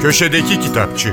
Köşedeki Kitapçı.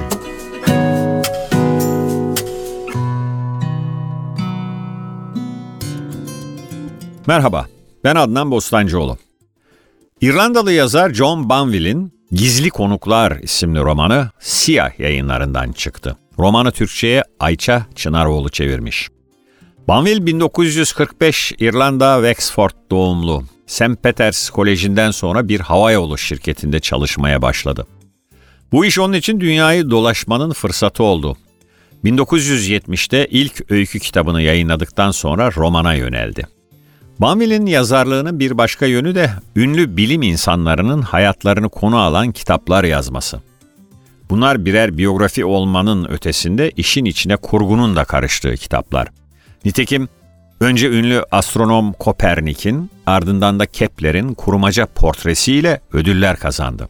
Merhaba, ben Adnan Bostancıoğlu. İrlandalı yazar John Banville'in Gizli Konuklar isimli romanı Siyah Yayınlarından çıktı. Romanı Türkçe'ye Ayça Çınaroğlu çevirmiş. Banville 1945 İrlanda Wexford doğumlu. St. Peters Koleji'nden sonra bir havayolu şirketinde çalışmaya başladı. Bu iş onun için dünyayı dolaşmanın fırsatı oldu. 1970'te ilk öykü kitabını yayınladıktan sonra romana yöneldi. Banville'in yazarlığının bir başka yönü de ünlü bilim insanlarının hayatlarını konu alan kitaplar yazması. Bunlar birer biyografi olmanın ötesinde işin içine kurgunun da karıştığı kitaplar. Nitekim önce ünlü astronom Kopernik'in, ardından da Kepler'in kurmaca portresiyle ödüller kazandı.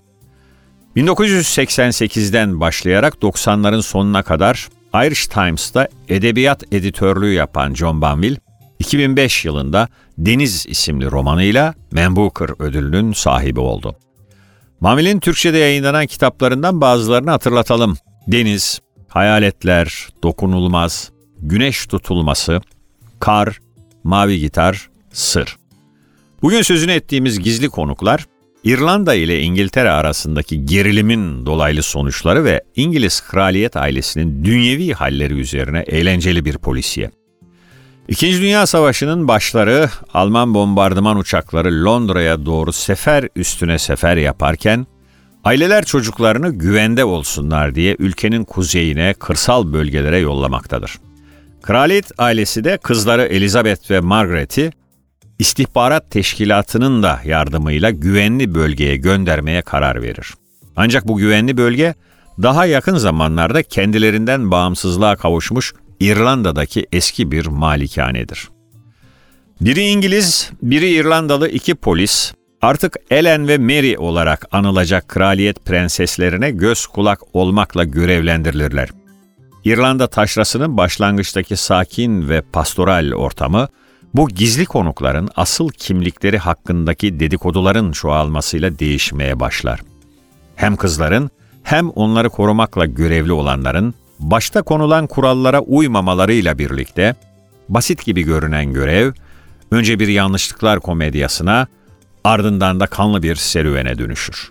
1988'den başlayarak 90'ların sonuna kadar Irish Times'ta edebiyat editörlüğü yapan John Banville, 2005 yılında Deniz isimli romanıyla Man Booker ödülünün sahibi oldu. Banville'in Türkçe'de yayınlanan kitaplarından bazılarını hatırlatalım. Deniz, Hayaletler, Dokunulmaz, Güneş Tutulması, Kar, Mavi Gitar, Sır. Bugün sözünü ettiğimiz Gizli Konuklar, İrlanda ile İngiltere arasındaki gerilimin dolaylı sonuçları ve İngiliz kraliyet ailesinin dünyevi halleri üzerine eğlenceli bir polisiye. İkinci Dünya Savaşı'nın başları Alman bombardıman uçakları Londra'ya doğru sefer üstüne sefer yaparken, aileler çocuklarını güvende olsunlar diye ülkenin kuzeyine, kırsal bölgelere yollamaktadır. Kraliyet ailesi de kızları Elizabeth ve Margaret'i istihbarat teşkilatının da yardımıyla güvenli bölgeye göndermeye karar verir. Ancak bu güvenli bölge daha yakın zamanlarda kendilerinden bağımsızlığa kavuşmuş İrlanda'daki eski bir malikanedir. Biri İngiliz, biri İrlandalı iki polis, artık Ellen ve Mary olarak anılacak kraliyet prenseslerine göz kulak olmakla görevlendirilirler. İrlanda taşrasının başlangıçtaki sakin ve pastoral ortamı, bu gizli konukların asıl kimlikleri hakkındaki dedikoduların çoğalmasıyla değişmeye başlar. Hem kızların hem onları korumakla görevli olanların başta konulan kurallara uymamalarıyla birlikte basit gibi görünen görev önce bir yanlışlıklar komedyasına, ardından da kanlı bir serüvene dönüşür.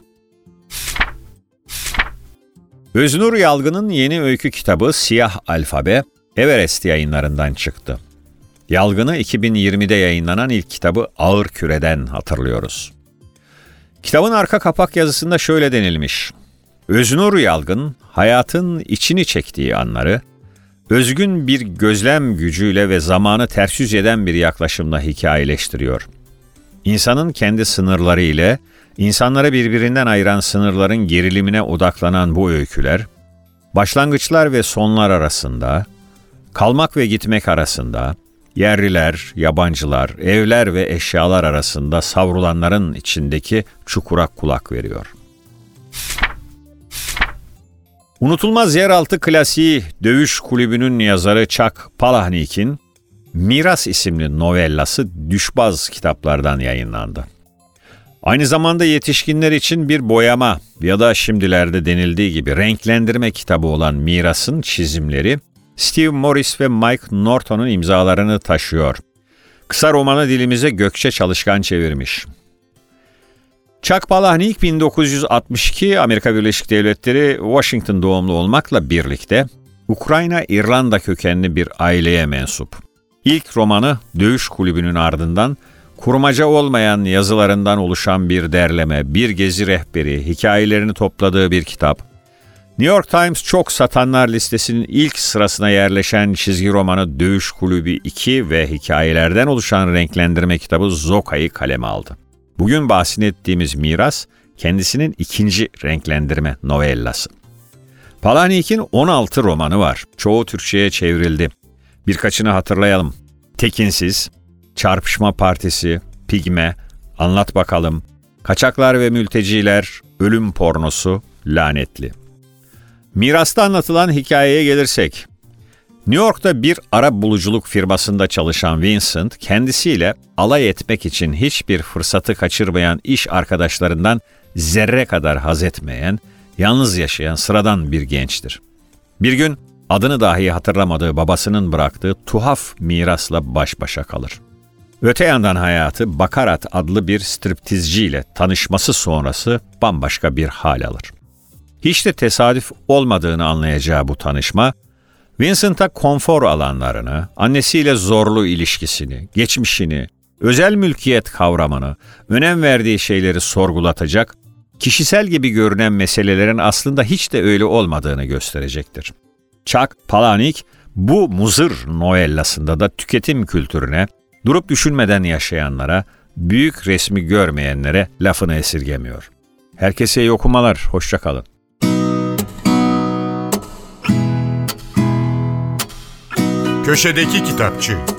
Öznur Yalgın'ın yeni öykü kitabı Siyah Alfabe, Everest Yayınlarından çıktı. Yalgın'ı 2020'de yayınlanan ilk kitabı Ağır Küre'den hatırlıyoruz. Kitabın arka kapak yazısında şöyle denilmiş: Öznur Yalgın, hayatın içini çektiği anları, özgün bir gözlem gücüyle ve zamanı ters yüz eden bir yaklaşımla hikayeleştiriyor. İnsanın kendi sınırları ile insanları birbirinden ayıran sınırların gerilimine odaklanan bu öyküler, başlangıçlar ve sonlar arasında, kalmak ve gitmek arasında, yerliler, yabancılar, evler ve eşyalar arasında savrulanların içindeki çukura kulak veriyor. Unutulmaz yeraltı klasiği Dövüş Kulübü'nün yazarı Chuck Palahniuk'in Miras isimli novellası Düşbaz kitaplardan yayınlandı. Aynı zamanda yetişkinler için bir boyama ya da şimdilerde denildiği gibi renklendirme kitabı olan Miras'ın çizimleri Steve Morris ve Mike Norton'un imzalarını taşıyor. Kısa romanı dilimize Gökçe Çalışkan çevirmiş. Chuck Palahniuk 1962 Amerika Birleşik Devletleri Washington doğumlu olmakla birlikte Ukrayna-İrlanda kökenli bir aileye mensup. İlk romanı Dövüş Kulübü'nün ardından kurmaca olmayan yazılarından oluşan bir derleme, bir gezi rehberi, hikayelerini topladığı bir kitap. New York Times çok satanlar listesinin ilk sırasına yerleşen çizgi romanı Dövüş Kulübü 2 ve hikayelerden oluşan renklendirme kitabı Zoka'yı kaleme aldı. Bugün bahsini ettiğimiz Miras, kendisinin ikinci renklendirme novellası. Palahniuk'in 16 romanı var. Çoğu Türkçe'ye çevrildi. Birkaçını hatırlayalım. Tekinsiz, Çarpışma Partisi, Pigme, Anlat Bakalım, Kaçaklar ve Mülteciler, Ölüm Pornosu, Lanetli. Miras'ta anlatılan hikayeye gelirsek, New York'ta bir Arap buluculuk firmasında çalışan Vincent, kendisiyle alay etmek için hiçbir fırsatı kaçırmayan iş arkadaşlarından zerre kadar haz etmeyen, yalnız yaşayan sıradan bir gençtir. Bir gün adını dahi hatırlamadığı babasının bıraktığı tuhaf mirasla baş başa kalır. Öte yandan hayatı Bakarat adlı bir striptizciyle tanışması sonrası bambaşka bir hal alır. Hiç de tesadüf olmadığını anlayacağı bu tanışma, Vincent'a konfor alanlarını, annesiyle zorlu ilişkisini, geçmişini, özel mülkiyet kavramını, önem verdiği şeyleri sorgulatacak, kişisel gibi görünen meselelerin aslında hiç de öyle olmadığını gösterecektir. Chuck Palahniuk bu muzır novellasında da tüketim kültürüne, durup düşünmeden yaşayanlara, büyük resmi görmeyenlere lafını esirgemiyor. Herkese iyi okumalar, hoşça kalın. Köşedeki Kitapçı.